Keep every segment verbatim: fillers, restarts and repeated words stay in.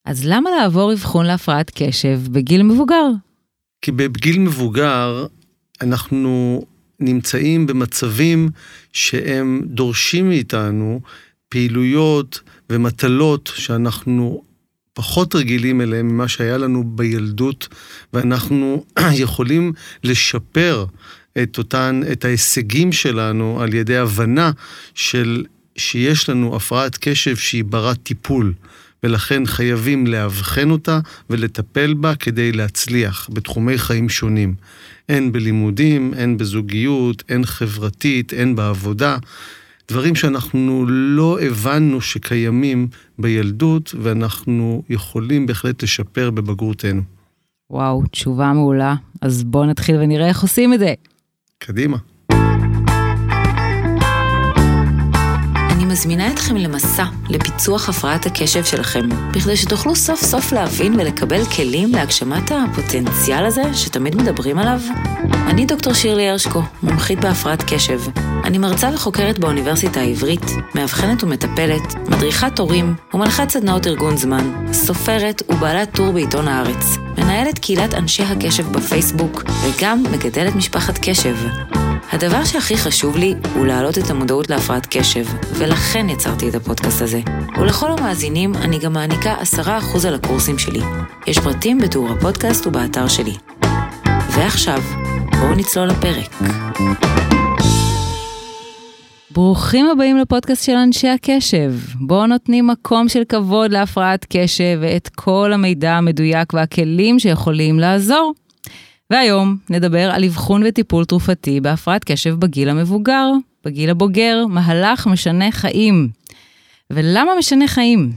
אז למה לעבור אבחון להפרעת קשב בגיל מבוגר? כי בגיל מבוגר אנחנו נמצאים במצבים שהם דורשים מאיתנו פעילויות ומטלות שאנחנו פחות רגילים אליהם ממה שהיה לנו בילדות, ואנחנו יכולים לשפר את אותן, את ההישגים שלנו על ידי הבנה של שיש לנו הפרעת קשב שהיא ברת טיפול, ולכן חייבים להבחן אותה ולטפל בה כדי להצליח בתחומי חיים שונים. אין בלימודים, אין בזוגיות, אין חברתית, אין בעבודה. דברים שאנחנו לא הבנו שקיימים בילדות, ואנחנו יכולים בהחלט לשפר בבגרותנו. וואו, תשובה מעולה. אז בואו נתחיל ונראה איך עושים את זה. קדימה. אני מזמינה אתכם למסע, לפיצוח הפרעת הקשב שלכם, בכדי שתוכלו סוף סוף להבין ולקבל כלים להגשמת הפוטנציאל הזה שתמיד מדברים עליו. אני דוקטור שירלי הרשקו, מומחית בהפרעת קשב. אני מרצה וחוקרת באוניברסיטה העברית, מאבחנת ומטפלת, מדריכת הורים ומנחת סדנאות ארגון זמן, סופרת ובעלת טור בעיתון הארץ, מנהלת קהילת אנשי הקשב בפייסבוק וגם מגדלת משפחת קשב. הדבר שהכי חשוב לי הוא להעלות את המודעות להפרעת קשב, ולכן יצרתי את הפודקאסט הזה. ולכל המאזינים אני גם מעניקה עשרה אחוז על הקורסים שלי. יש פרטים בתיאור הפודקאסט ובאתר שלי. ועכשיו, בואו נצלול לפרק. ברוכים הבאים לפודקאסט של אנשי הקשב. בואו נותנים מקום של כבוד להפרעת קשב ואת כל המידע המדויק והכלים שיכולים לעזור. והיום נדבר על אבחון וטיפול תרופתי בהפרעת קשב בגיל המבוגר, בגיל הבוגר, מהלך משנה חיים. ולמה משנה חיים?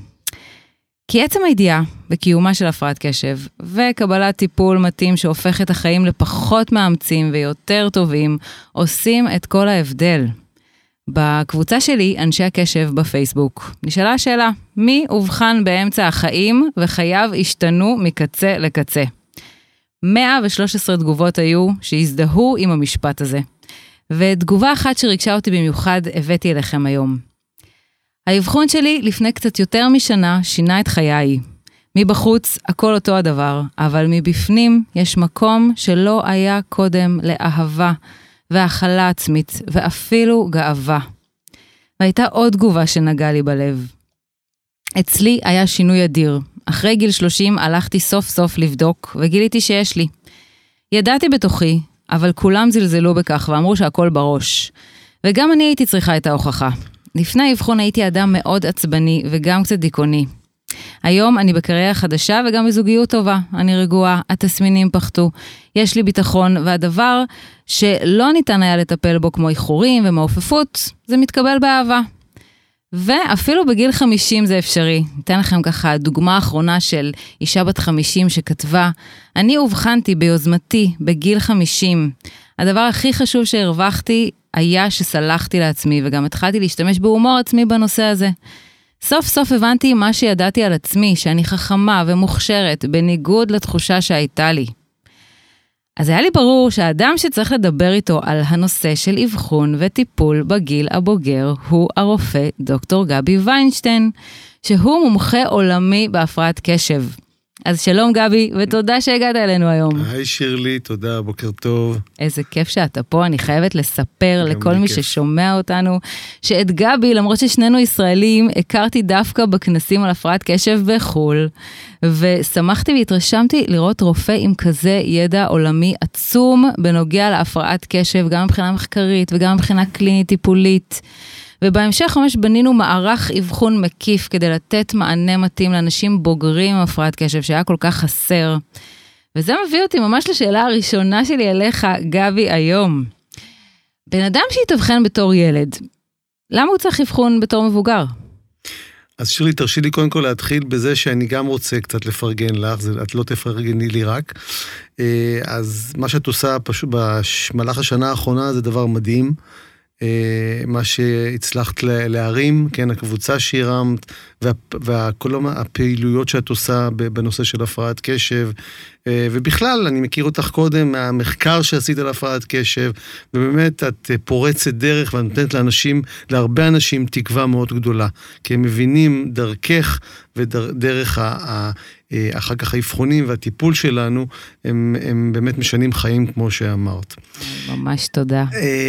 כי עצם הידיעה בקיומה של הפרעת קשב וקבלת טיפול מתאים שהופך את החיים לפחות מאמצים ויותר טובים, עושים את כל ההבדל. בקבוצה שלי, אנשי הקשב בפייסבוק, נשאלה השאלה, מי אובחן באמצע החיים וחייו השתנו מקצה לקצה? מאה ושלוש עשרה תגובות היו שהזדהו עם המשפט הזה. ותגובה אחת שריגשה אותי במיוחד הבאתי אליכם היום. האבחון שלי לפני קצת יותר משנה שינה את חיי. מבחוץ הכל אותו הדבר, אבל מבפנים יש מקום שלא היה קודם לאהבה והכלה עצמית ואפילו גאווה. והייתה עוד תגובה שנגעה לי בלב. אצלי היה שינוי אדיר. אחרי גיל שלושים הלכתי סוף סוף לבדוק וגיליתי שיש לי. ידעתי בתוכי, אבל כולם זלזלו בכך ואמרו שהכל בראש. וגם אני הייתי צריכה את ההוכחה. לפני האבחון הייתי אדם מאוד עצבני וגם קצת דיכאוני. היום אני בקריירה חדשה וגם בזוגיות טובה. אני רגועה, התסמינים פחתו, יש לי ביטחון, והדבר שלא ניתן היה לטפל בו כמו איחורים ומעופפות, זה מתקבל באהבה. ואפילו בגיל חמישים זה אפשרי. ניתן לכם ככה דוגמה אחרונה של אישה בת חמישים שכתבה, אני אובחנתי ביוזמתי בגיל חמישים. הדבר הכי חשוב שהרווחתי היה שסלחתי לעצמי, וגם התחלתי להשתמש בהומור עצמי בנושא הזה. סוף סוף הבנתי מה שידעתי על עצמי, שאני חכמה ומוכשרת, בניגוד לתחושה שהייתה לי. אז היה לי ברור שהאדם שצריך לדבר איתו על הנושא של אבחון וטיפול בגיל הבוגר הוא הרופא דוקטור גבי ויינשטיין, שהוא מומחה עולמי בהפרעת קשב. אז שלום גבי, ותודה שהגעת אלינו היום. היי שירלי, תודה, בוקר טוב. איזה כיף שאתה פה, אני חייבת לספר לכל מי כיף. ששומע אותנו, שאת גבי, למרות ששנינו ישראלים, הכרתי דווקא בכנסים על הפרעת קשב בחול, ושמחתי והתרשמתי לראות רופא עם כזה ידע עולמי עצום, בנוגע להפרעת קשב, גם מבחינה מחקרית וגם מבחינה קלינית טיפולית. ובהמשך ממש בנינו מערך אבחון מקיף כדי לתת מענה מתאים לאנשים בוגרים עם הפרעת קשב שהיה כל כך חסר. וזה מביא אותי ממש לשאלה הראשונה שלי אליך, גבי, היום. בן אדם שהתאבחן בתור ילד, למה הוא צריך אבחון בתור מבוגר? אז שירלי, תרשי לי קודם כל להתחיל בזה שאני גם רוצה קצת לפרגן לך, את לא תפרגני לי רק. אז מה שאת עושה פשוט במהלך השנה האחרונה זה דבר מדהים. מה שהצלחת להרים, כן, הקבוצה שהרמת, וכל הפעילויות שאת עושה בנושא של הפרעת קשב, ובכלל, אני מכיר אותך קודם מהמחקר שעשית על הפרעת קשב, ובאמת את פורצת דרך ואת נותנת לאנשים, להרבה אנשים תקווה מאוד גדולה, כי הם מבינים דרכך ודרך ה... אחר כך האבחונים והטיפול שלנו, הם, הם באמת משנים חיים כמו שאמרת. ממש תודה.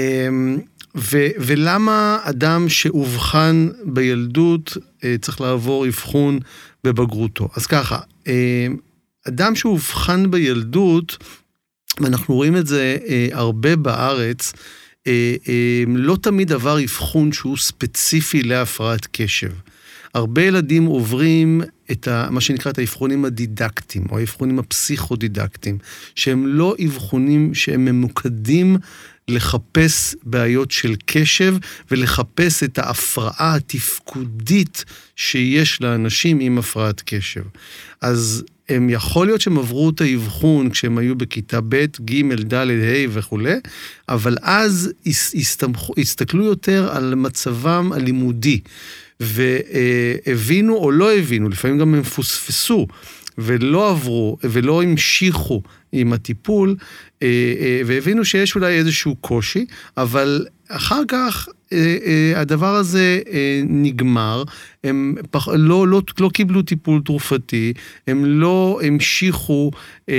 ו, ולמה אדם שאובחן בילדות צריך לעבור אבחון בבגרותו? אז ככה, אדם שאובחן בילדות, ואנחנו רואים את זה הרבה בארץ, לא תמיד עבר אבחון שהוא ספציפי להפרעת קשב. הרבה ילדים עוברים את ה, מה שנקרא את האבחונים הדידקטיים, או האבחונים הפסיכודידקטיים, שהם לא אבחונים שהם ממוקדים לחפש בעיות של קשב, ולחפש את ההפרעה התפקודית שיש לאנשים עם הפרעת קשב. אז הם יכול להיות שהם עברו את האבחון כשהם היו בכיתה ב', ג', ד', ה' וכו', אבל אז הסתמכו, הסתכלו יותר על מצבם הלימודי, והבינו או לא הבינו, לפעמים גם הם פוספסו, ולא עברו, ולא המשיכו עם הטיפול, והבינו שיש אולי איזשהו קושי, אבל אחר כך הדבר הזה נגמר, הם לא, לא, לא קיבלו טיפול תרופתי, הם לא המשיכו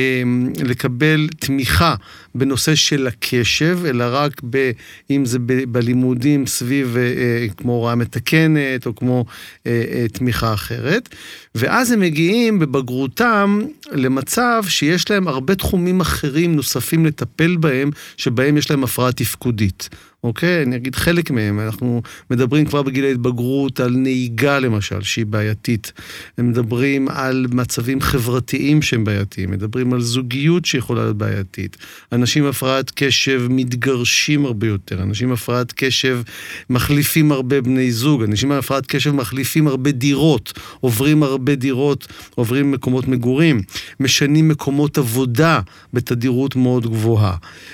לקבל תמיכה בנושא של הקשב, אלא רק ב, אם זה ב, בלימודים סביב כמו הוראה מתקנת, או כמו תמיכה אחרת, ואז הם מגיעים בבגרותם למצב שיש להם הרבה תחומים אחרים נוספים לטפל בהם, שבהם יש להם הפרעה תפקודית. אוקיי? אני אגיד חלק מהם. אנחנו מדברים כבר בגיל ההתבגרות על נהיגה למשל, שהיא בעייתית. הם מדברים על מצבים חברתיים שהם בעייתיים. מדברים על זוגיות שיכולה להיות בעייתית. אנשים עם הפרעת קשב מתגרשים הרבה יותר. אנשים עם הפרעת קשב מחליפים הרבה בני זוג. אנשים עם הפרעת קשב מחליפים הרבה דירות. עוברים הרבה דירות, עוברים מקומות מגורים. משנים מקומות עבודה בתדירות מאוד גבוהה.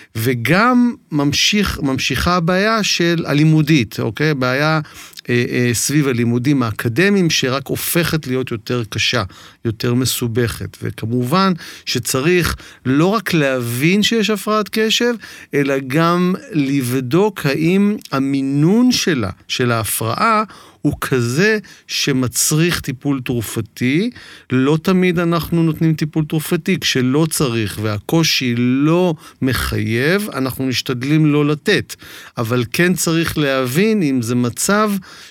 וגם ממשיך, ממשיכה הבעיה של הלימודית, אוקיי? בעיה אה, אה, סביב הלימודים האקדמיים, שרק הופכת להיות יותר קשה, יותר מסובכת. וכמובן שצריך לא רק להבין שיש הפרעת קשב, אלא גם לבדוק האם המינון שלה, של ההפרעה, הוא כזה שמצריך טיפול תרופתי. לא תמיד אנחנו נותנים טיפול תרופתי, כשלא צריך והקושי לא מחייב, אנחנו משתדלים לא לתת. אבל כן צריך להבין אם זה מצב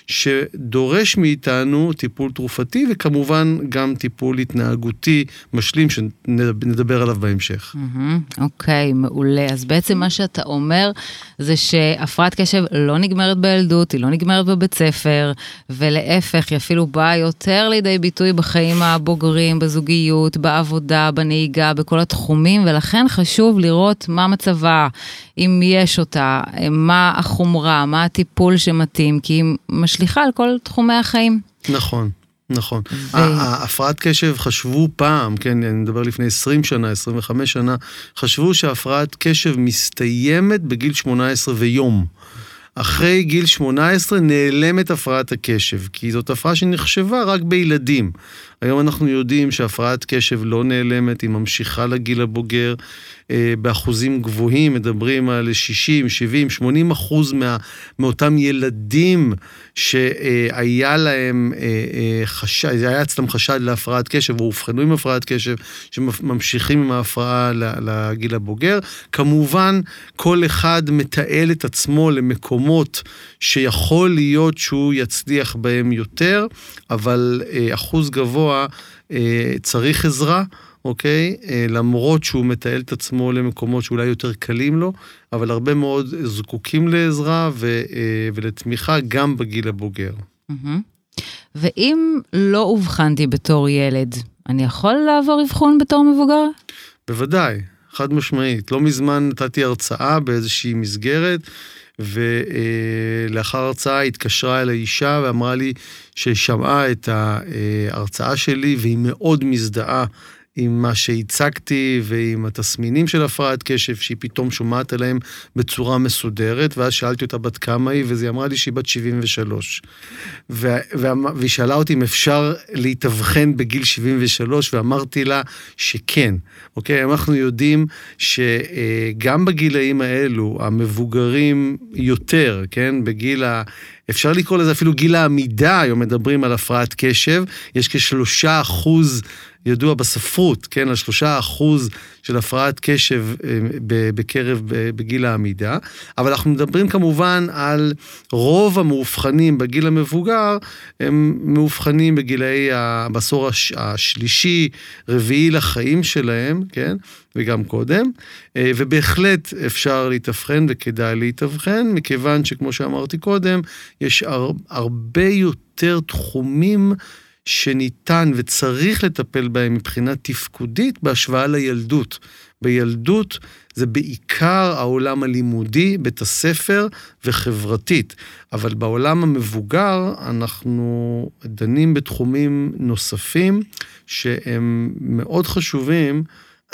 שדורש מאיתנו טיפול תרופתי, וכמובן גם טיפול התנהגותי משלים שנדבר עליו בהמשך. אוקיי, מעולה. אז בעצם מה שאתה אומר זה שהפרעת קשב לא נגמרת בילדות, היא לא נגמרת בבית ספר, ולהפך, היא אפילו באה יותר לידי ביטוי בחיים הבוגרים, בזוגיות, בעבודה, בנהיגה, בכל התחומים, ולכן חשוב לראות מה מצבה, אם יש אותה, מה החומרה, מה הטיפול שמתאים, כי היא משליחה על כל תחומי החיים. נכון. נכון. ההפרעת קשב חשבו פעם, כן, אני מדבר לפני עשרים שנה, עשרים וחמש שנה, חשבו שההפרעת קשב מסתיימת בגיל שמונה עשרה ויום. אחרי גיל שמונה עשרה נעלמת הפרעת הקשב, כי זאת הפרעה שנחשבה רק בילדים. היום אנחנו יודעים שהפרעת קשב לא נעלמת, היא ממשיכה לגיל הבוגר, באחוזים גבוהים, מדברים על שישים, שבעים, שמונים אחוז מה, מאותם ילדים שהיה להם חשד, היה אצלם חשד להפרעת קשב, או הובחנו עם הפרעת קשב, שממשיכים עם ההפרעה לגיל הבוגר. כמובן, כל אחד מתעל את עצמו למקומות שיכול להיות שהוא יצליח בהם יותר, אבל אחוז גבוה צריך עזרה, אוקיי? למרות שהוא מתעל את עצמו למקומות שאולי יותר קלים לו, אבל הרבה מאוד זקוקים לעזרה ו- ולתמיכה גם בגיל הבוגר. ואם לא אובחנתי בתור ילד, אני יכול לעבור אבחון בתור מבוגר? בוודאי, חד משמעית. לא מזמן נתתי הרצאה באיזושהי מסגרת, ולאחר הרצאה התקשרה אל האישה ואמרה לי ששמעה את ההרצאה שלי והיא מאוד מזדהה עם מה שהצגתי ועם התסמינים של הפרעת קשב, שהיא פתאום שומעת עליהם בצורה מסודרת, ואז שאלתי אותה בת כמה היא, וזה אמרה לי שהיא בת שבעים ושלוש. והיא שאלה אותי אם אפשר להתאבחן בגיל שבעים ושלוש, ואמרתי לה שכן. אוקיי? אנחנו יודעים שגם בגילאים האלו, המבוגרים יותר, כן? בגיל ה... אפשר לקרוא לזה אפילו גיל העמידה, היום מדברים על הפרעת קשב, יש כשלושה אחוז ידוע בספרות, כן, על שלושה אחוז של הפרעת קשב בקרב בגיל העמידה, אבל אנחנו מדברים כמובן על רוב המאובחנים בגיל המבוגר, הם מאובחנים בגילאי בעשור השלישי, רביעי לחיים שלהם, כן, וגם קודם, ובהחלט אפשר להתאבחן וכדאי להתאבחן, מכיוון שכמו שאמרתי קודם, יש הרבה יותר תחומים שניתן וצריך לטפל בהם מבחינה תפקודית בהשוואה לילדות. בילדות זה בעיקר העולם הלימודי, בית הספר וחברתית. אבל בעולם המבוגר אנחנו דנים בתחומים נוספים שהם מאוד חשובים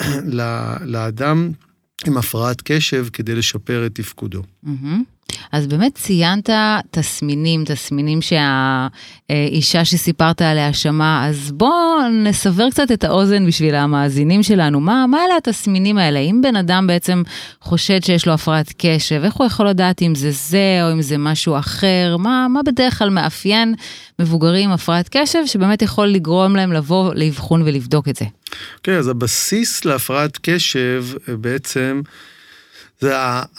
לאדם עם הפרעת קשב כדי לשפר את תפקודו. אז באמת ציינת תסמינים, תסמינים שהאישה שסיפרת עליה שמעה, אז בוא נסבר קצת את האוזן בשביל המאזינים שלנו. מה, מה אלה התסמינים האלה? אם בן אדם בעצם חושד שיש לו הפרעת קשב, איך הוא יכול לדעת אם זה זה או אם זה משהו אחר? מה, מה בדרך כלל מאפיין מבוגרים הפרעת קשב שבאמת יכול לגרום להם לבוא לאבחון ולבדוק את זה? אוקיי, אז הבסיס להפרעת קשב בעצם זה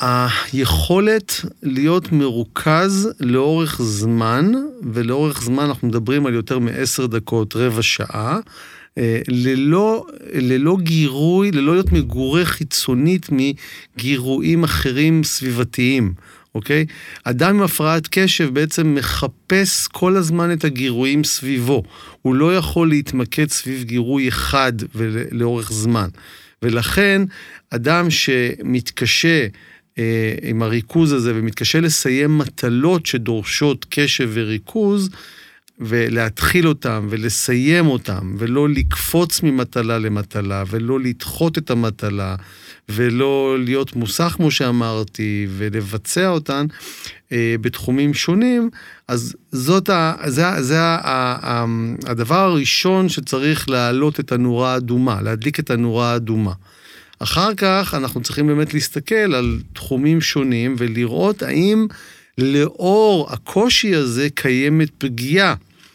היכולת להיות מרוכז לאורך זמן, ולאורך זמן אנחנו מדברים על יותר מעשר דקות, רבע שעה, ללא, ללא גירוי, ללא להיות מגורה חיצונית מגירויים אחרים סביבתיים. אוקיי? אדם עם הפרעת קשב בעצם מחפש כל הזמן את הגירויים סביבו. הוא לא יכול להתמקד סביב גירוי אחד לאורך זמן. ולכן, אדם שמתקשה אה, עם הריכוז הזה, ומתקשה לסיים מטלות שדורשות קשב וריכוז, ולהתחיל אותם, ולסיים אותם, ולא לקפוץ ממטלה למטלה, ולא לדחות את המטלה, ולא להיות מוסך, כמו שאמרתי, ולבצע אותן אה, בתחומים שונים, אז זאת ה, זה, זה ה, ה, הדבר הראשון שצריך להעלות את הנורה האדומה, להדליק את הנורה האדומה. אחר כך אנחנו צריכים באמת להסתכל על תחומים שונים, ולראות האם לאור הקושי הזה קיימת פגיעה.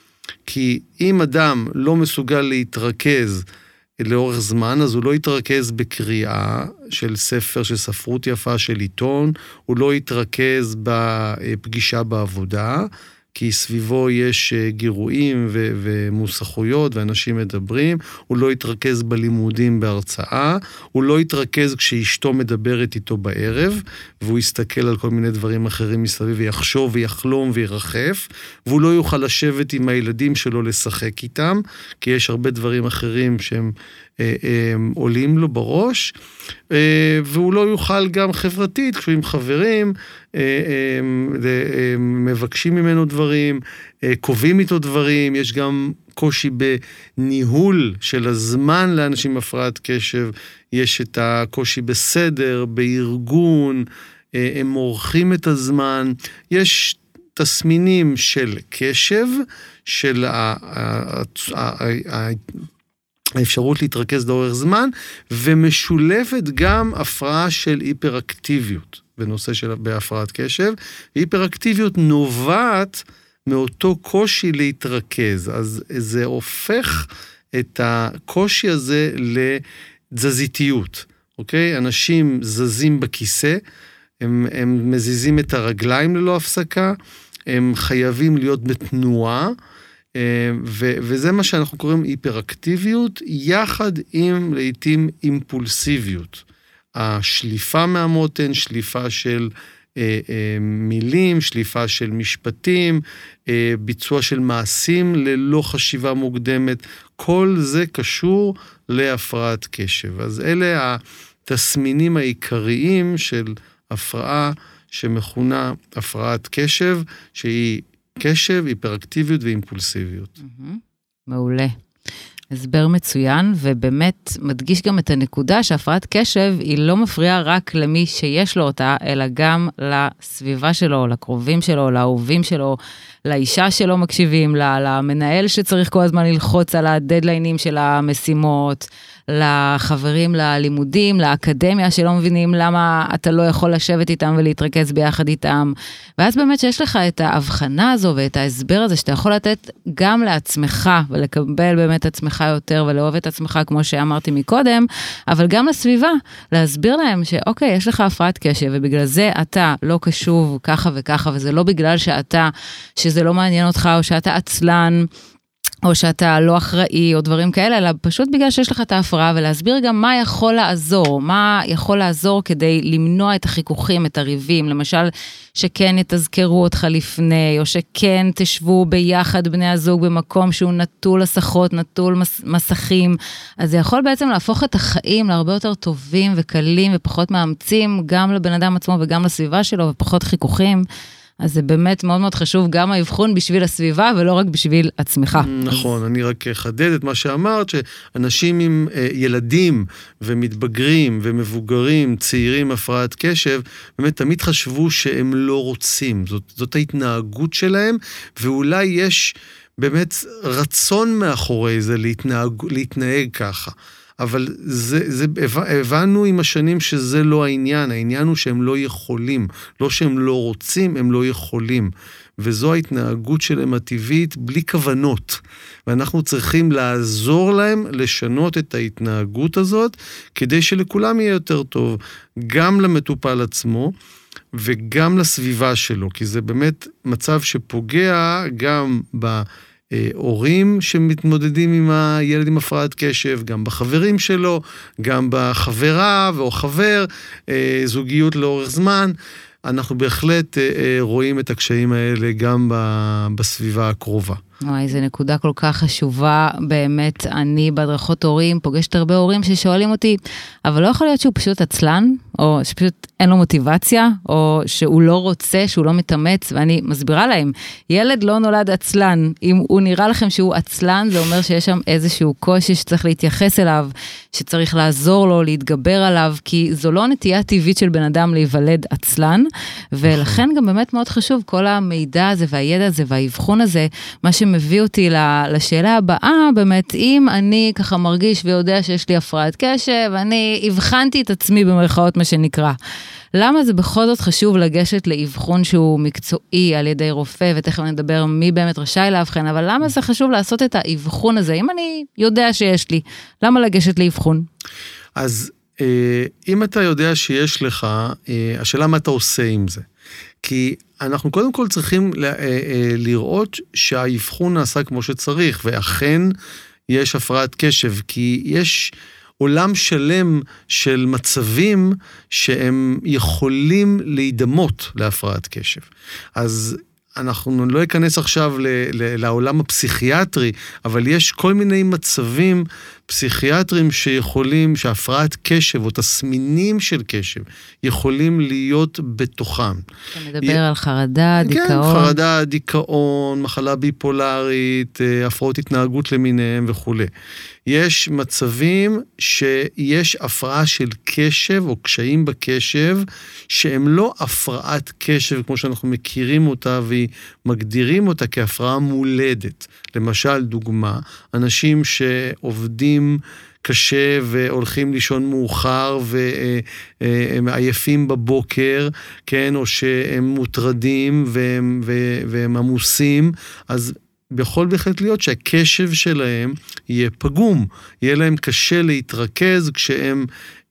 כי אם אדם לא מסוגל להתרכז לאורך זמן, אז הוא לא יתרכז בקריאה של ספר, של ספרות יפה, של עיתון, הוא לא יתרכז בפגישה בעבודה, כי סביבו יש גירויים ו- ומוסכויות ואנשים מדברים, הוא לא יתרכז בלימודים בהרצאה, הוא לא יתרכז כשאשתו מדברת איתו בערב, והוא יסתכל על כל מיני דברים אחרים מסביב, ויחשוב ויחלום וירחף, והוא לא יוכל לשבת עם הילדים שלו לשחק איתם, כי יש הרבה דברים אחרים שהם אה, אה, עולים לו בראש, אה, והוא לא יוכל גם חברתית, כשהוא עם חברים, אה, אה, אה, מבקשים ממנו דברים, אה, קובעים איתו דברים, יש גם קושי בניהול של הזמן לאנשים עם הפרעת קשב, יש את הקושי בסדר, בארגון, אה, הם מורחים את הזמן, יש תסמינים של קשב, של ה... ה, ה, ה האפשרות להתרכז לאורך זמן, ומשולבת גם הפרעה של היפראקטיביות, בנושא של בהפרעת קשב. היפראקטיביות נובעת מאותו קושי להתרכז, אז זה הופך את הקושי הזה לתזזיתיות, אוקיי? אנשים זזים בכיסא, הם, הם מזיזים את הרגליים ללא הפסקה, הם חייבים להיות בתנועה, ו- וזה מה שאנחנו קוראים היפראקטיביות, יחד עם לעתים אימפולסיביות. השליפה מהמותן, שליפה של אה, אה, מילים, שליפה של משפטים, אה, ביצוע של מעשים ללא חשיבה מוקדמת, כל זה קשור להפרעת קשב. אז אלה התסמינים העיקריים של הפרעה שמכונה הפרעת קשב, שהיא קשב, היפראקטיביות ואימפולסיביות. מעולה. הסבר מצוין, ובאמת מדגיש גם את הנקודה שהפרעת קשב היא לא מפריעה רק למי שיש לו אותה, אלא גם לסביבה שלו, לקרובים שלו, לאהובים שלו, לאישה שלו מקשיבים, למנהל שצריך כל הזמן ללחוץ על הדדליינים של המשימות, לחברים, ללימודים, לאקדמיה שלא מבינים למה אתה לא יכול לשבת איתם ולהתרכז ביחד איתם. ואז באמת שיש לך את ההבחנה הזו ואת ההסבר הזה שאתה יכול לתת גם לעצמך ולקבל באמת עצמך יותר ולאהוב את עצמך כמו שאמרתי מקודם, אבל גם לסביבה, להסביר להם שאוקיי, יש לך הפרעת קשב ובגלל זה אתה לא קשוב ככה וככה, וזה לא בגלל שאתה, שזה לא מעניין אותך או שאתה עצלן, או שאתה לא אחראי, או דברים כאלה, אלא פשוט בגלל שיש לך את ההפרעה, ולהסביר גם מה יכול לעזור, מה יכול לעזור כדי למנוע את החיכוכים, את הריבים, למשל, שכן יתזכרו אותך לפני, או שכן תשבו ביחד בני הזוג במקום שהוא נטול הסחות, נטול מסכים, אז זה יכול בעצם להפוך את החיים להרבה יותר טובים וקלים, ופחות מאמצים, גם לבן אדם עצמו וגם לסביבה שלו, ופחות חיכוכים. אז זה באמת מאוד מאוד חשוב, גם האבחון בשביל הסביבה, ולא רק בשביל עצמך. נכון, אני רק אחדד את מה שאמרת, שאנשים עם ילדים ומתבגרים ומבוגרים, צעירים, הפרעת קשב, באמת תמיד חשבו שהם לא רוצים. זאת, זאת ההתנהגות שלהם, ואולי יש באמת רצון מאחורי זה להתנהג, להתנהג ככה. אבל זה, זה, הבנו עם השנים שזה לא העניין, העניין הוא שהם לא יכולים, לא שהם לא רוצים, הם לא יכולים. וזו ההתנהגות שלהם הטבעית בלי כוונות. ואנחנו צריכים לעזור להם לשנות את ההתנהגות הזאת, כדי שלכולם יהיה יותר טוב, גם למטופל עצמו, וגם לסביבה שלו, כי זה באמת מצב שפוגע גם ב... הורים שמתמודדים עם הילד עם הפרעת קשב, גם בחברים שלו, גם בחברה או חבר, זוגיות לאורך זמן. אנחנו בהחלט רואים את הקשיים האלה גם בסביבה הקרובה. וואי, זו נקודה כל כך חשובה, באמת, אני בהדרכות הורים, פוגשת הרבה הורים ששואלים אותי, אבל לא יכול להיות שהוא פשוט עצלן, או שפשוט אין לו מוטיבציה, או שהוא לא רוצה, שהוא לא מתאמץ, ואני מסבירה להם, ילד לא נולד עצלן, אם הוא נראה לכם שהוא עצלן, זה אומר שיש שם איזשהו קושי שצריך להתייחס אליו, שצריך לעזור לו, להתגבר עליו, כי זו לא נטייה טבעית של בן אדם להיוולד עצלן, ולכן גם באמת מאוד חשוב, כל המידע הזה והידע הזה והאבחון הזה, מה שמביא אותי לשאלה הבאה, באמת, אם אני ככה מרגיש ויודע שיש לי הפרעת קשב, אני הבחנתי את עצמי במרכאות מה שנקרא. למה זה בכל זאת חשוב לגשת לאבחון שהוא מקצועי על ידי רופא, ותכף נדבר מי באמת רשאי להבחן, אבל למה זה חשוב לעשות את האבחון הזה? אם אני יודע שיש לי, למה לגשת לאבחון? אז אם אתה יודע שיש לך, השאלה מה אתה עושה עם זה. כי אנחנו קודם כל צריכים לראות שהאבחון נעשה כמו שצריך, ואכן יש הפרעת קשב, כי יש עולם שלם של מצבים שהם יכולים להידמות להפרעת קשב. אז אנחנו לא ניכנס עכשיו ל- ל- לעולם הפסיכיאטרי, אבל יש כל מיני מצבים פסיכיאטרים שיכולים, שהפרעת קשב או תסמינים של קשב, יכולים להיות בתוכם. אתה מדבר י... על חרדה, דיכאון. כן, חרדה, דיכאון, מחלה ביפולרית, הפרעות התנהגות למיניהם וכו'. יש מצבים שיש הפרעה של קשב או קשיים בקשב, שהם לא הפרעת קשב כמו שאנחנו מכירים אותה ומגדירים אותה כהפרעה מולדת. למשל, דוגמה, אנשים שעובדים קשה והולכים לישון מאוחר והם עייפים בבוקר, כן, או שהם מוטרדים והם, והם עמוסים, אז יכול בהחלט להיות שהקשב שלהם יהיה פגום, יהיה להם קשה להתרכז כשהם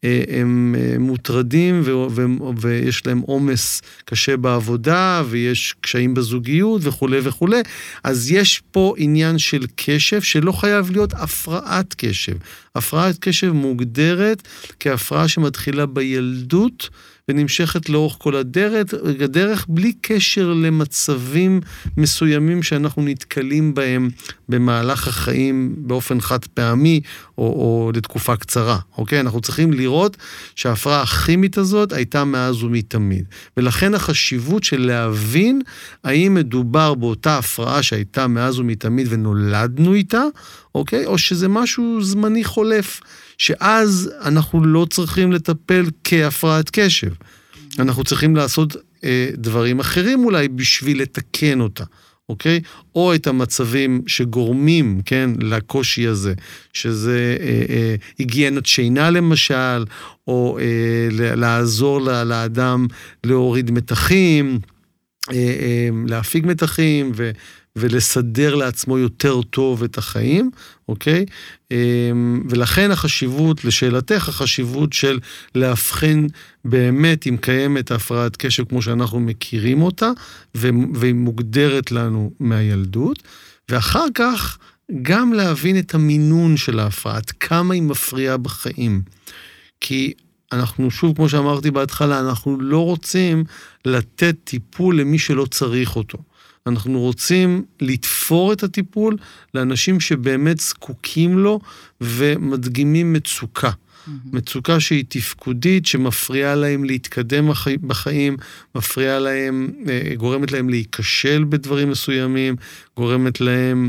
הם מוטרדים ויש להם עומס קשה בעבודה ויש קשיים בזוגיות וכו' וכו'. אז יש פה עניין של קשב שלא חייב להיות הפרעת קשב. הפרעת קשב מוגדרת כהפרעה שמתחילה בילדות ונמשכת לאורך כל הדרך, הדרך בלי קשר למצבים מסוימים שאנחנו נתקלים בהם במהלך החיים באופן חד פעמי או, או לתקופה קצרה. אוקיי? אנחנו צריכים לראות לראות שההפרעה הכימית הזאת הייתה מאז ומתמיד. ולכן החשיבות של להבין האם מדובר באותה הפרעה שהייתה מאז ומתמיד ונולדנו איתה, אוקיי? או שזה משהו זמני חולף, שאז אנחנו לא צריכים לטפל כהפרעת קשב. אנחנו צריכים לעשות אה, דברים אחרים אולי בשביל לתקן אותה. אוקיי? או את המצבים שגורמים, כן, לקושי הזה, שזה אה, אה, היגיינת שינה למשל, או אה, לעזור לאדם להוריד מתחים, אה, אה, להפיג מתחים, ו, ולסדר לעצמו יותר טוב את החיים, אוקיי? ולכן החשיבות, לשאלתך, החשיבות של להבחין באמת אם קיימת הפרעת קשב כמו שאנחנו מכירים אותה, והיא מוגדרת לנו מהילדות, ואחר כך גם להבין את המינון של ההפרעה, עד כמה היא מפריעה בחיים. כי אנחנו שוב, כמו שאמרתי בהתחלה, אנחנו לא רוצים לתת טיפול למי שלא צריך אותו. אנחנו רוצים לתפור את הטיפול לאנשים שבאמת זקוקים לו ומדגימים מצוקה. Mm-hmm. מצוקה שהיא תפקודית, שמפריעה להם להתקדם בחיים, מפריעה להם, גורמת להם להיכשל בדברים מסוימים, גורמת להם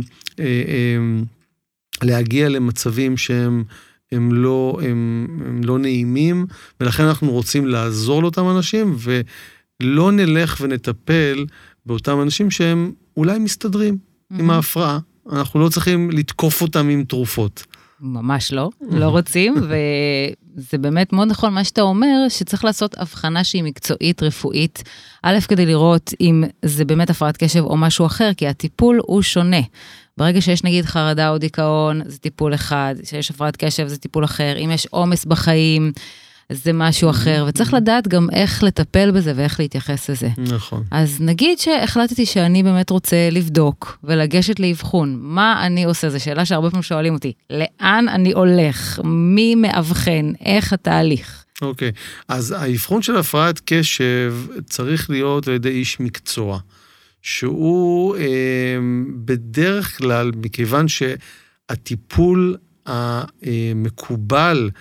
להגיע למצבים שהם הם לא, הם, הם לא נעימים, ולכן אנחנו רוצים לעזור לאותם אנשים, ולא נלך ונטפל באותם אנשים שהם אולי מסתדרים mm-hmm. עם ההפרעה. אנחנו לא צריכים לתקוף אותם עם תרופות. ממש לא, לא רוצים, וזה באמת מאוד נכון מה שאתה אומר, שצריך לעשות הבחנה שהיא מקצועית, רפואית, א', כדי לראות אם זה באמת הפרעת קשב או משהו אחר, כי הטיפול הוא שונה. ברגע שיש נגיד חרדה או דיכאון, זה טיפול אחד, שיש הפרעת קשב זה טיפול אחר, אם יש עומס בחיים, זה משהו אחר, וצריך לדעת גם איך לטפל בזה ואיך להתייחס לזה. נכון. אז נגיד שהחלטתי שאני באמת רוצה לבדוק ולגשת לאבחון, מה אני עושה? זו שאלה שהרבה פעמים שואלים אותי, לאן אני הולך? מי מאבחן? איך התהליך? אוקיי, אז האבחון של הפרעת קשב צריך להיות על ידי איש מקצוע, שהוא אה, בדרך כלל, מכיוון שהטיפול המקובל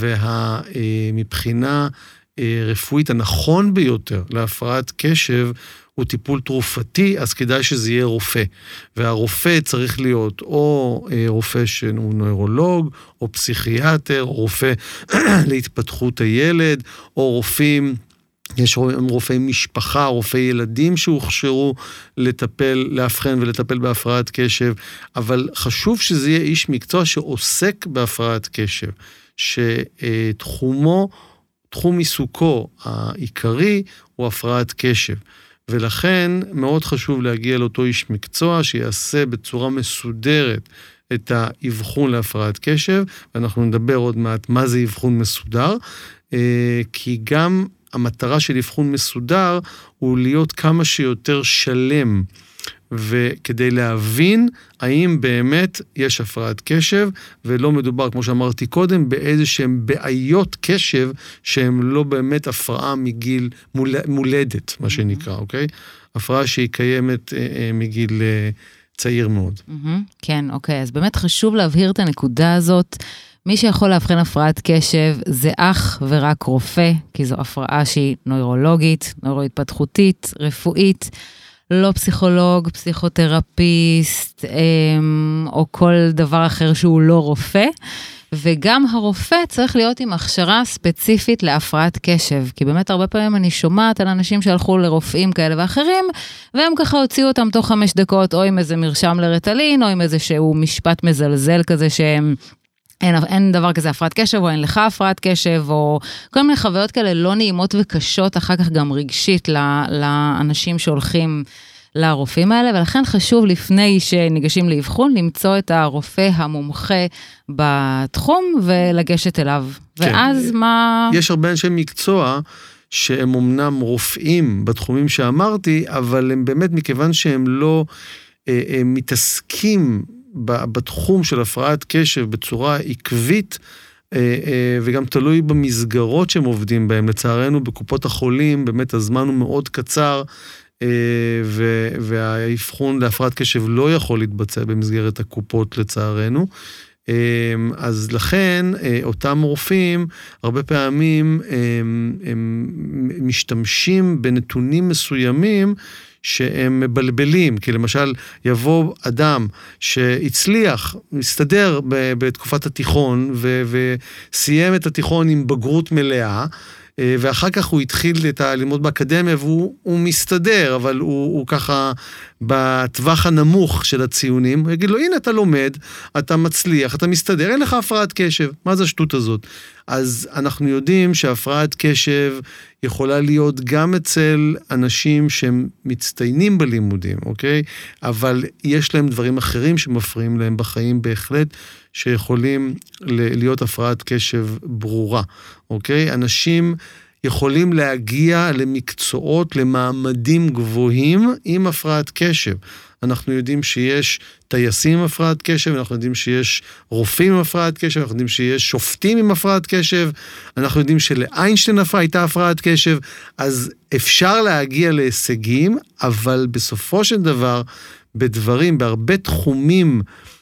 ומבחינה רפואית הנכון ביותר להפרעת קשב הוא טיפול תרופתי, אז כדאי שזה יהיה רופא. והרופא צריך להיות או רופא שהוא נוירולוג, או פסיכיאטר, או רופא להתפתחות הילד, או רופאים, יש רופאי משפחה, רופאי ילדים שהוכשרו לטפל, להבחן ולטפל בהפרעת קשב, אבל חשוב שזה יהיה איש מקצוע שעוסק בהפרעת קשב, שתחומו, תחום עיסוקו העיקרי הוא הפרעת קשב, ולכן מאוד חשוב להגיע לאותו איש מקצוע שיעשה בצורה מסודרת את האבחון להפרעת קשב, ואנחנו נדבר עוד מעט מה זה אבחון מסודר, כי גם המטרה של אבחון מסודר הוא להיות כמה שיותר שלם, וכדי להבין האם באמת יש הפרעת קשב, ולא מדובר, כמו שאמרתי קודם, באיזה שהם בעיות קשב, שהם לא באמת הפרעה מגיל מול, מולדת, מה שנקרא, אוקיי? הפרעה שהיא קיימת אה, אה, מגיל אה, צעיר מאוד. כן, אוקיי, אז באמת חשוב להבהיר את הנקודה הזאת, מי שיכול להבחין הפרעת קשב זה אך ורק רופא, כי זו הפרעה שהיא נוירולוגית, נוירואתפתחותית, רפואית, לא פסיכולוג, פסיכותרפיסט, או כל דבר אחר שהוא לא רופא, וגם הרופא צריך להיות עם הכשרה ספציפית להפרעת קשב, כי באמת הרבה פעמים אני שומעת על אנשים שהלכו לרופאים כאלה ואחרים, והם ככה הוציאו אותם תוך חמש דקות, או עם איזה מרשם לרטלין, או עם איזה שהוא משפט מזלזל כזה שהם, אין, אין דבר כזה הפרעת קשב, או אין לך הפרעת קשב, או כל מיני חוויות כאלה לא נעימות וקשות, אחר כך גם רגשית לאנשים שהולכים לרופאים האלה, ולכן חשוב לפני שניגשים לאבחון, למצוא את הרופא המומחה בתחום, ולגשת אליו. כן. ואז מה... יש הרבה אנשי מקצוע, שהם אמנם רופאים בתחומים שאמרתי, אבל הם באמת מכיוון שהם לא אה, אה, מתעסקים בתחום של הפרעת קשב בצורה עקבית, וגם תלוי במסגרות שהם עובדים בהם. לצערנו בקופות החולים, באמת הזמן הוא מאוד קצר, והאבחון להפרעת קשב לא יכול להתבצע במסגרת הקופות לצערנו, אז לכן, אותם רופאים, הרבה פעמים הם, הם משתמשים בנתונים מסוימים, שהם מבלבלים, כי למשל יבוא אדם שהצליח, מסתדר בתקופת התיכון, וסיים את התיכון עם בגרות מלאה, ואחר כך הוא התחיל את הלימוד באקדמיה, והוא מסתדר, אבל הוא, הוא ככה בטווח הנמוך של הציונים, הוא יגיד לו, הנה אתה לומד, אתה מצליח, אתה מסתדר, אין לך הפרעת קשב, מה זה השטות הזאת? אז אנחנו יודעים שהפרעת קשב יכולה להיות גם אצל אנשים שהם מצטיינים בלימודים, אוקיי? אבל יש להם דברים אחרים שמפריעים להם בחיים בהחלט, שיכולים להיות הפרעת קשב ברורה, אוקיי? אנשים יכולים להגיע למקצועות, למעמדים גבוהים עם הפרעת קשב. אנחנו יודעים שיש טייסים עם הפרעת קשב, אנחנו יודעים שיש רופאים עם הפרעת קשב, אנחנו יודעים שיש שופטים עם הפרעת קשב, אנחנו יודעים שלאיינשטיין הייתה הפרעת קשב, אז אפשר להגיע להישגים, אבל בסופו של דבר, בדברים, בהרבה תחומים,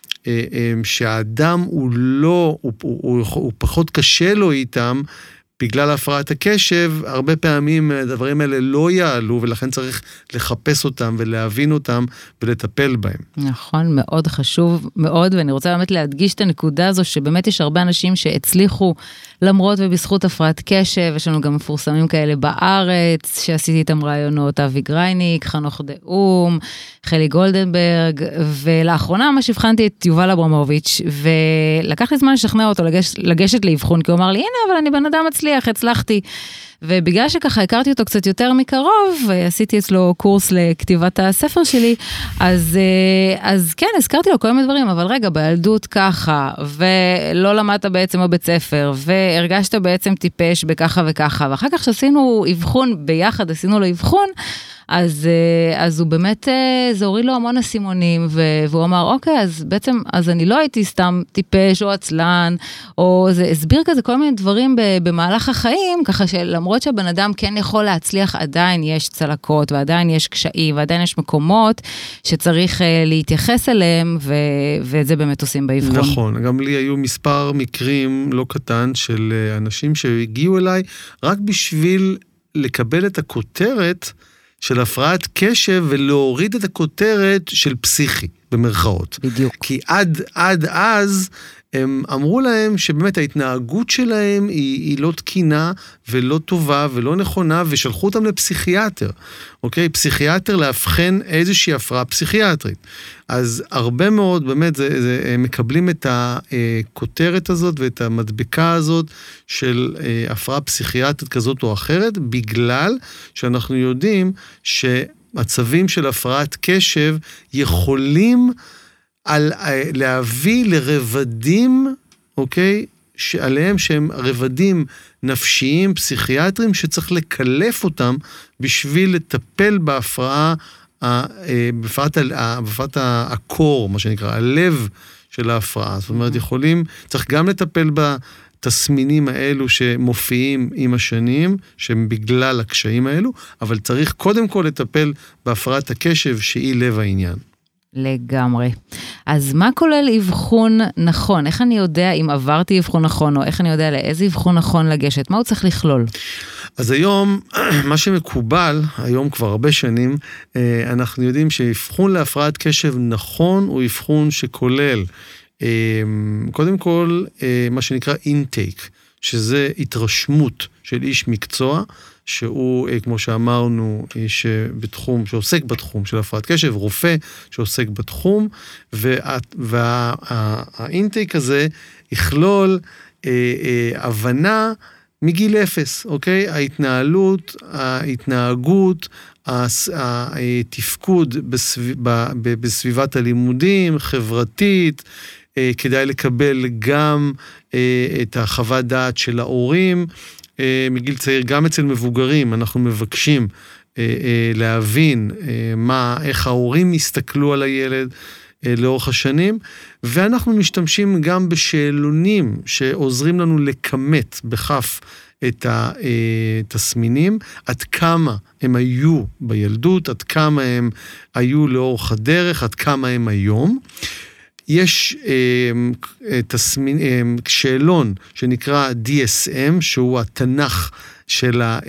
שהאדם הוא לא, הוא, הוא, הוא פחות קשה לו איתם, בגלל הפרעת הקשב, הרבה פעמים הדברים האלה לא יעלו, ולכן צריך לחפש אותם ולהבין אותם ולטפל בהם. נכון, מאוד חשוב מאוד, ואני רוצה באמת להדגיש את הנקודה הזו, שבאמת יש הרבה אנשים שהצליחו, למרות ובזכות הפרעת קשב, יש לנו גם מפורסמים כאלה בארץ, שעשיתי איתם רעיונות, אבי גרייניק, חנוך דאום, חלי גולדנברג, ולאחרונה ממש הבחנתי את יובל אברמוביץ', ולקח לי זמן לשכנע אותו לגש, לגשת לאבחון, כי הוא אמר לי, הנה, אבל אני בן אדם מצליח, הצלחתי. ובגלל שככה הכרתי אותו קצת יותר מקרוב, עשיתי אצלו קורס לכתיבת הספר שלי, אז, אז כן, הזכרתי לו כל מיני דברים, אבל רגע, בילדות ככה, ולא למדת בעצם בבית ספר, והרגשת בעצם טיפש בככה וככה, ואחר כך שעשינו אבחון ביחד, עשינו לו אבחון, אז, אז הוא באמת, זה הוריד לו המון הסימונים, והוא אמר, אוקיי, אז בעצם, אז אני לא הייתי סתם טיפש או עצלן, או זה הסביר כזה כל מיני דברים במהלך החיים, ככה שלמרות שהבן אדם כן יכול להצליח, עדיין יש צלקות, ועדיין יש קשיים, ועדיין יש מקומות שצריך להתייחס אליהם, ו, ואת זה באמת עושים באבחון. נכון, גם לי היו מספר מקרים לא קטן של אנשים שהגיעו אליי, רק בשביל לקבל את הכותרת, של הפרעת קשב ולהוריד את הכותרת של פסיכי, במרכאות. בדיוק. כי עד, עד אז הם אמרו להם שבאמת ההתנהגות שלהם היא, היא לא תקינה ולא טובה ולא נכונה, ושלחו אותם לפסיכיאטר. אוקיי? פסיכיאטר להבחן איזושהי הפרעה פסיכיאטרית. אז הרבה מאוד באמת זה, זה, מקבלים את הכותרת הזאת ואת המדבקה הזאת של הפרעה פסיכיאטרית כזאת או אחרת, בגלל שאנחנו יודעים שמצבים של הפרעת קשב יכולים על, להביא לרבדים, אוקיי, שעליהם שהם רבדים נפשיים, פסיכיאטרים, שצריך לקלף אותם בשביל לטפל בהפרעה, בהפרעת, בהפרעת הקור, מה שנקרא, הלב של ההפרעה. זאת אומרת, יכולים, צריך גם לטפל בתסמינים האלו שמופיעים עם השנים, שהם בגלל הקשיים האלו, אבל צריך קודם כל לטפל בהפרעת הקשב שהיא לב העניין. לגמרי. אז מה כולל אבחון נכון? איך אני יודע אם עברתי אבחון נכון, או איך אני יודע לאיזה אבחון נכון לגשת? מה הוא צריך לכלול? אז היום, מה שמקובל, היום כבר הרבה שנים, אנחנו יודעים שאבחון להפרעת קשב נכון, הוא אבחון שכולל, קודם כל, מה שנקרא אינטייק, שזה התרשמות של איש מקצוע, שהוא, כמו שאמרנו, איש בתחום, שעוסק בתחום של הפרעת קשב, רופא שעוסק בתחום, והאינטייק הזה יכלול הבנה מגיל אפס, אוקיי? ההתנהלות, ההתנהגות, התפקוד בסביבת הלימודים, חברתית, כדאי לקבל גם את החוות דעת של ההורים, מגיל צעיר, גם אצל מבוגרים, אנחנו מבקשים להבין מה, איך ההורים הסתכלו על הילד לאורך השנים, ואנחנו משתמשים גם בשאלונים שעוזרים לנו לכמת בכף את התסמינים, עד כמה הם היו בילדות, עד כמה הם היו לאורך הדרך, עד כמה הם היום. יש תסמין, שאלון שנקרא די אס אם, שהוא התנ"ך של ה...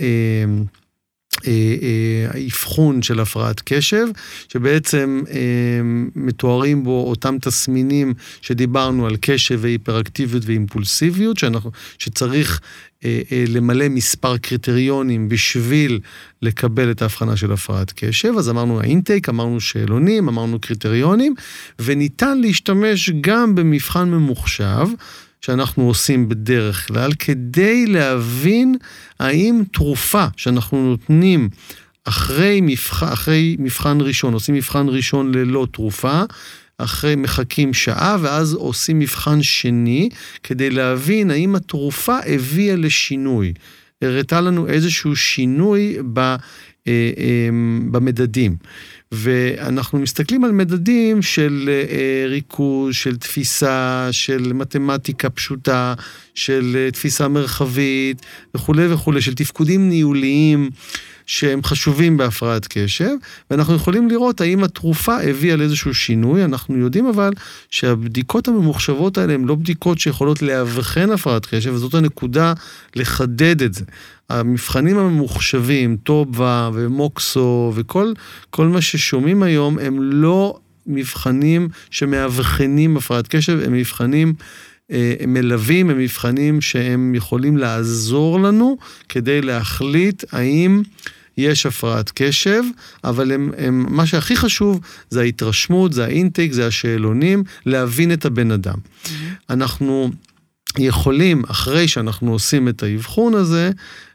האבחון של הפרעת קשב, שבעצם מתוארים בו אותם תסמינים שדיברנו על קשב והיפראקטיביות ואימפולסיביות, שאנחנו, שצריך למלא מספר קריטריונים בשביל לקבל את ההבחנה של הפרעת קשב. אז אמרנו האינטייק, אמרנו שאלונים, אמרנו קריטריונים, וניתן להשתמש גם במבחן ממוחשב, שאנחנו עושים בדרך כלל, כדי להבין האם תרופה שאנחנו נותנים אחרי מבחן, אחרי מבחן ראשון, עושים מבחן ראשון ללא תרופה, אחרי מחכים שעה, ואז עושים מבחן שני, כדי להבין האם התרופה הביאה לשינוי. הראתה לנו איזשהו שינוי ב, במדדים. ואנחנו מסתכלים על מדדים של ריכוז, של תפיסה, של מתמטיקה פשוטה, של תפיסה מרחבית וכו' וכו', של תפקודים ניהוליים שהם חשובים בהפרעת קשב, ואנחנו יכולים לראות האם התרופה הביאה לאיזשהו שינוי. אנחנו יודעים אבל שהבדיקות הממוחשבות האלה הן לא בדיקות שיכולות להבחן הפרעת קשב, וזאת הנקודה לחדד את זה. המבחנים הממוחשבים, טובה ומוקסו וכל כל מה ששומעים היום, הם לא מבחנים שמאבחנים הפרעת קשב, הם מבחנים הם מלווים, הם מבחנים שהם יכולים לעזור לנו כדי להחליט האם יש הפרעת קשב, אבל הם, הם, מה שהכי חשוב זה ההתרשמות, זה האינטייק, זה השאלונים, להבין את הבן אדם. Mm-hmm. אנחנו יכולים, אחרי שאנחנו עושים את האבחון הזה,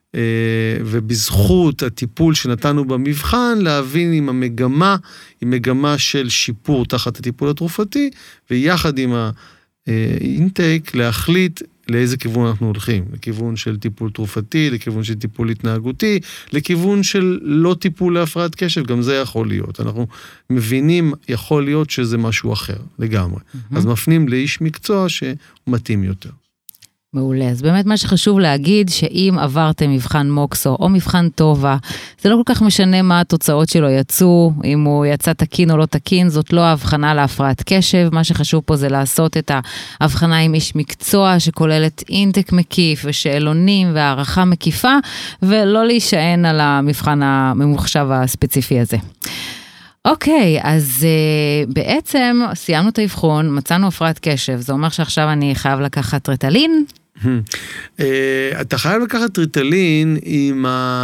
ובזכות הטיפול שנתנו במבחן, להבין אם המגמה היא מגמה של שיפור תחת הטיפול התרופתי, ויחד עם האינטייק להחליט לאיזה כיוון אנחנו הולכים, לכיוון של טיפול תרופתי, לכיוון של טיפול התנהגותי, לכיוון של לא טיפול להפרעת קשב, גם זה יכול להיות. אנחנו מבינים, יכול להיות שזה משהו אחר, לגמרי. Mm-hmm. אז מפנים לאיש מקצוע שמתאים יותר. מעולה, אז באמת מה שחשוב להגיד, שאם עברתם מבחן מוקסו או מבחן טובה, זה לא כל כך משנה מה התוצאות שלו יצאו, אם הוא יצא תקין או לא תקין, זאת לא ההבחנה להפרעת קשב, מה שחשוב פה זה לעשות את ההבחנה עם איש מקצוע, שכוללת אינטק מקיף ושאלונים והערכה מקיפה, ולא להישען על המבחן הממוחשב הספציפי הזה. אוקיי, אז uh, בעצם סיימנו את האבחון, מצאנו הפרעת קשב, זה אומר שעכשיו אני חייב לקחת ריטלין? אתה חייב לקחת ריטלין אם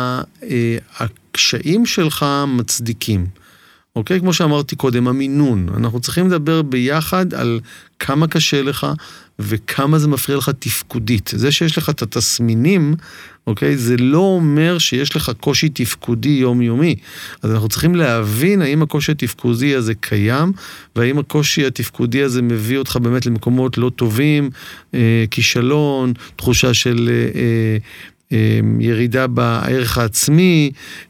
הקשיים שלך מצדיקים. אוקיי? כמו שאמרתי קודם, המינון. אנחנו צריכים לדבר ביחד על כמה קשה לך וכמה זה מפריע לך תפקודית. זה שיש לך את התסמינים, אוקיי? זה לא אומר שיש לך קושי תפקודי יומיומי. אז אנחנו צריכים להבין האם הקושי התפקודי הזה קיים, והאם הקושי התפקודי הזה מביא אותך באמת למקומות לא טובים, אה, כישלון, תחושה של אה, אה, ירידה בערך העצמי,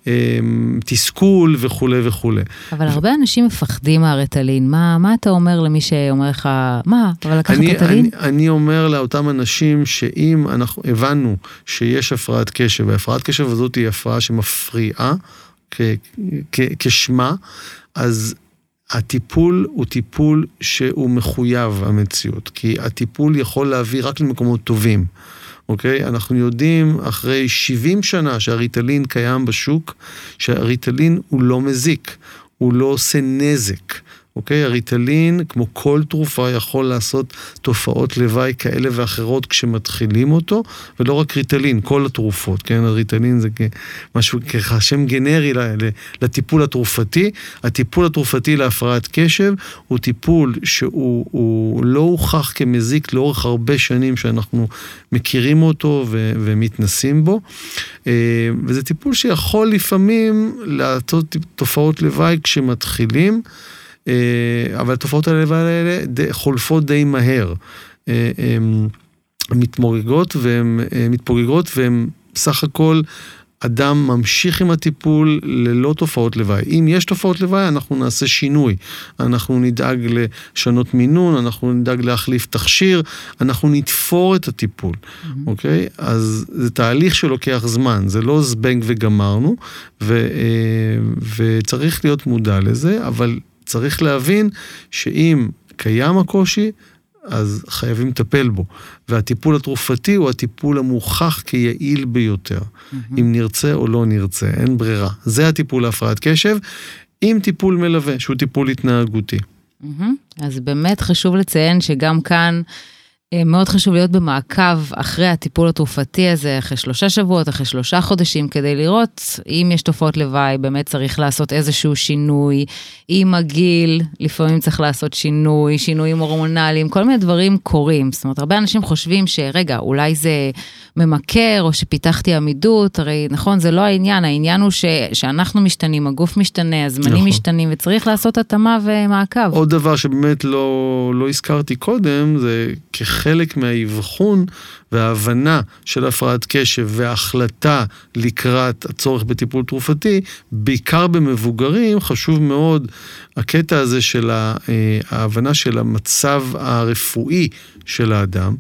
תסכול וכו' וכו'. אבל הרבה אנשים מפחדים מהריטלין. מה, מה אתה אומר למי שאומר לך, מה, אבל לקחת ריטלין? אני, אני אומר לאותם אנשים שאם אנחנו הבנו שיש הפרעת קשב, והפרעת קשב הזאת היא הפרעה שמפריעה כ, כ, כשמה, אז הטיפול הוא טיפול שהוא מחויב המציאות, כי הטיפול יכול להביא רק למקומות טובים. אוקיי? אנחנו יודעים אחרי שבעים שנה שהריטלין קיים בשוק, שהריטלין הוא לא מזיק, הוא לא עושה נזק. אוקיי? הריטלין, כמו כל תרופה, יכול לעשות תופעות לוואי כאלה ואחרות כשמתחילים אותו, ולא רק ריטלין, כל התרופות, כן? הריטלין זה משהו ככה, שם גנרי לטיפול התרופתי. הטיפול התרופתי להפרעת קשב הוא טיפול שהוא הוא לא הוכח כמזיק לאורך הרבה שנים שאנחנו מכירים אותו ו- ומתנסים בו, וזה טיפול שיכול לפעמים לעשות תופעות לוואי כשמתחילים, אבל התופעות האלה חולפות די מהר. הן מתמורגות והן מתפוגגות, והן סך הכל אדם ממשיך עם הטיפול ללא תופעות לוואי. אם יש תופעות לוואי, אנחנו נעשה שינוי. אנחנו נדאג לשנות מינון, אנחנו נדאג להחליף תכשיר, אנחנו נתפור את הטיפול. Mm-hmm. אוקיי? אז זה תהליך שלוקח זמן, זה לא זבנג וגמרנו, ו, וצריך להיות מודע לזה, אבל צריך להבין שאם קיים הקושי, אז חייבים לטפל בו. והטיפול התרופתי הוא הטיפול המוכח כיעיל ביותר. Mm-hmm. אם נרצה או לא נרצה, אין ברירה. זה הטיפול להפרעת קשב, עם טיפול מלווה, שהוא טיפול התנהגותי. Mm-hmm. אז באמת חשוב לציין שגם כאן, מאוד חשוב להיות במעקב אחרי הטיפול התרופתי הזה, אחרי שלושה שבועות, אחרי שלושה חודשים, כדי לראות אם יש תופעות לוואי, באמת צריך לעשות איזשהו שינוי, עם הגיל, לפעמים צריך לעשות שינוי, שינויים הורמונליים, כל מיני דברים קורים. זאת אומרת, הרבה אנשים חושבים שרגע, אולי זה ממכר, או שפיתחתי עמידות, הרי נכון, זה לא העניין, העניין הוא ש, שאנחנו משתנים, הגוף משתנה, הזמנים נכון. משתנים, וצריך לעשות התאמה ומעקב. עוד דבר שבאמת לא, לא הזכרתי קודם, זה כחלק מהאבחון וההבנה של הפרעת קשב וההחלטה לקראת הצורך בטיפול תרופתי, בעיקר במבוגרים, חשוב מאוד הקטע הזה של ההבנה של המצב הרפואי של האדם,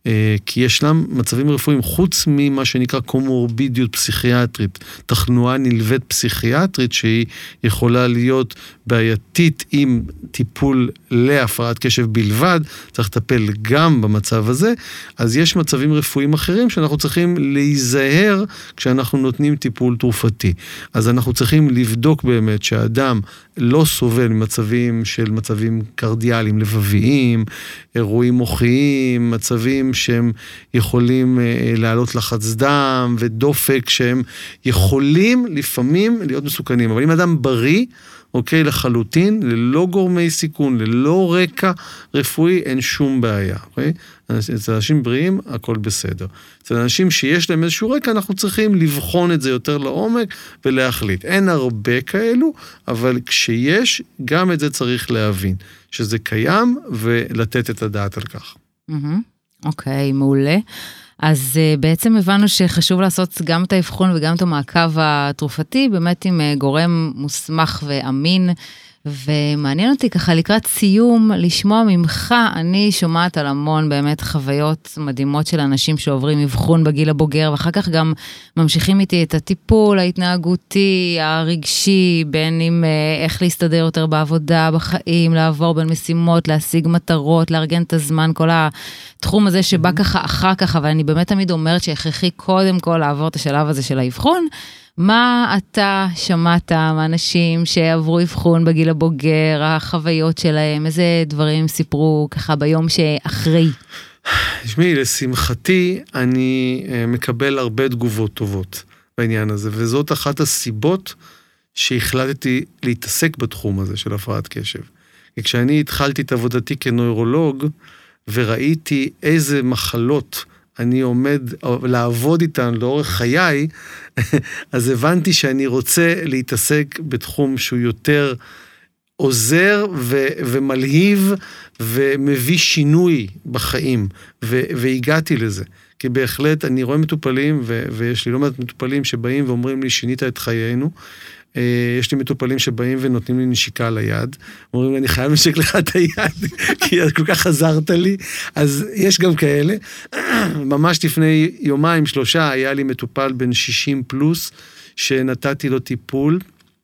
כי ישנם מצבים רפואיים חוץ ממה שנקרא קומורבידיות פסיכיאטרית, תחלואה נלווית פסיכיאטרית שהיא יכולה להיות בעייתית עם טיפול להפרעת קשב בלבד, צריך לטפל גם במצב הזה, אז יש מצבים רפואיים אחרים שאנחנו צריכים להיזהר כשאנחנו נותנים טיפול תרופתי. אז אנחנו צריכים לבדוק באמת שהאדם לא סובל ממצבים של מצבים קרדיאליים, לבביים, אירועים מוחיים, מצבים שהם יכולים לעלות לחץ דם ודופק, שהם יכולים לפעמים להיות מסוכנים. אבל אם אדם בריא, אוקיי, לחלוטין, ללא גורמי סיכון, ללא רקע רפואי, אין שום בעיה, אוקיי? אצל אנשים בריאים, הכל בסדר. אצל אנשים שיש להם איזשהו רקע, אנחנו צריכים לבחון את זה יותר לעומק ולהחליט. אין הרבה כאלו, אבל כשיש, גם את זה צריך להבין, שזה קיים ולתת את הדעת על כך. אוקיי, מעולה. אז בעצם הבנו שחשוב לעשות גם את האבחון וגם את המעקב התרופתי, באמת עם גורם מוסמך ואמין, ומעניין אותי ככה לקראת סיום, לשמוע ממך, אני שומעת על המון באמת חוויות מדהימות של אנשים שעוברים אבחון בגיל הבוגר, ואחר כך גם ממשיכים איתי את הטיפול ההתנהגותי, הרגשי, בין אם איך להסתדר יותר בעבודה, בחיים, לעבור בין משימות, להשיג מטרות, לארגן את הזמן, כל התחום הזה שבא ככה אחר כך, אבל אני באמת תמיד אומרת שהכרחי קודם כל לעבור את השלב הזה של האבחון. מה אתה שמעת מאנשים שעברו אבחון בגיל הבוגר, החוויות שלהם, איזה דברים סיפרו ככה ביום שאחרי? תשמעי, לשמחתי אני מקבל הרבה תגובות טובות בעניין הזה, וזאת אחת הסיבות שהחלטתי להתעסק בתחום הזה של הפרעת קשב. כשאני התחלתי את עבודתי כנוירולוג, וראיתי איזה מחלות אני עומד לעבוד איתן לאורך חיי, אז הבנתי שאני רוצה להתעסק בתחום שהוא יותר עוזר ו- ומלהיב ומביא שינוי בחיים, ו- והגעתי לזה. כי בהחלט אני רואה מטופלים, ו- ויש לי לא מעט מטופלים שבאים ואומרים לי, שינית את חיינו, יש לי מטופלים שבאים ונותנים לי נשיקה על היד, אומרים לי, אני חייב לשק לך את היד, כי כל כך עזרת לי, אז יש גם כאלה. ממש לפני יומיים, שלושה, היה לי מטופל בן שישים פלוס, שנתתי לו טיפול,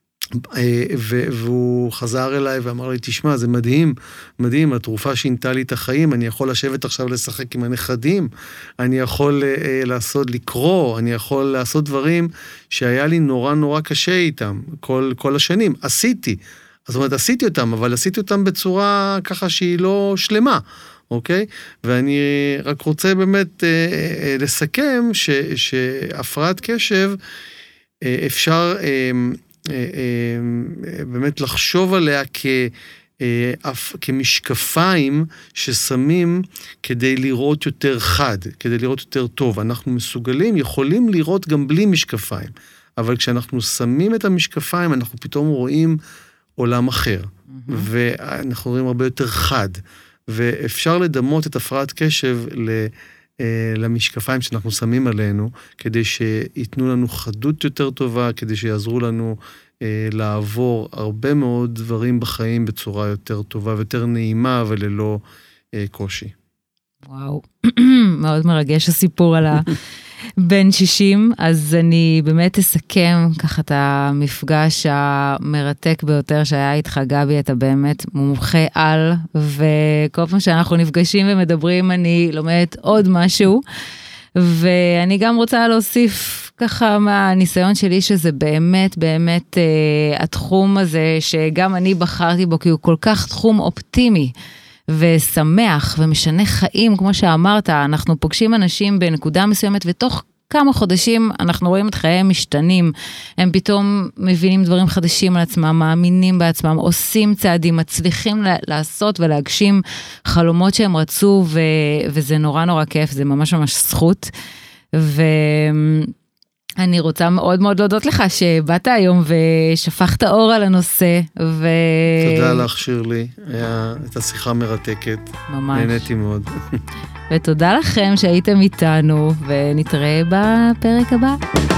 והוא חזר אליי ואמר לי, תשמע, זה מדהים, מדהים, התרופה שינתה לי את החיים, אני יכול לשבת עכשיו לשחק עם הנכדים, אני יכול לעשות, לקרוא, אני יכול לעשות דברים שהיה לי נורא נורא קשה איתם, כל, כל השנים, עשיתי, זאת אומרת, עשיתי אותם, אבל עשיתי אותם בצורה ככה שהיא לא שלמה, אוקיי? ואני רק רוצה באמת לסכם ש, שהפרעת קשב אפשר באמת לחשוב עליה כמשקפיים ששמים כדי לראות יותר חד, כדי לראות יותר טוב. אנחנו מסוגלים, יכולים לראות גם בלי משקפיים, אבל כשאנחנו שמים את המשקפיים, אנחנו פתאום רואים עולם אחר, ואנחנו רואים הרבה יותר חד, ואפשר לדמות את הפרעת קשב ל... למשקפיים שאנחנו שמים עלינו, כדי שיתנו לנו חדות יותר טובה, כדי שיעזרו לנו אה, לעבור הרבה מאוד דברים בחיים בצורה יותר טובה, ויותר נעימה וללא אה, קושי. וואו, מאוד מרגש הסיפור על בן שישים, אז אני באמת אסכם ככה את המפגש המרתק ביותר שהיה איתך, גבי, אתה באמת מומחה על, וכל פעם שאנחנו נפגשים ומדברים, אני לומדת עוד משהו, ואני גם רוצה להוסיף ככה מהניסיון שלי, שזה באמת, באמת אה, התחום הזה, שגם אני בחרתי בו, כי הוא כל כך תחום אופטימי, ושמח ומשנה חיים, כמו שאמרת, אנחנו פוגשים אנשים בנקודה מסוימת, ותוך כמה חודשים אנחנו רואים את חייהם משתנים, הם פתאום מבינים דברים חדשים על עצמם, מאמינים בעצמם, עושים צעדים, מצליחים לעשות ולהגשים חלומות שהם רצו, ו- וזה נורא נורא כיף, זה ממש ממש זכות, ו... אני רוצה מאוד מאוד להודות לך שבאת היום ושפכת אור על הנושא. ו... תודה לך שירלי, היה את השיחה מרתקת. ממש. נהניתי מאוד. ותודה לכם שהייתם איתנו, ונתראה בפרק הבא.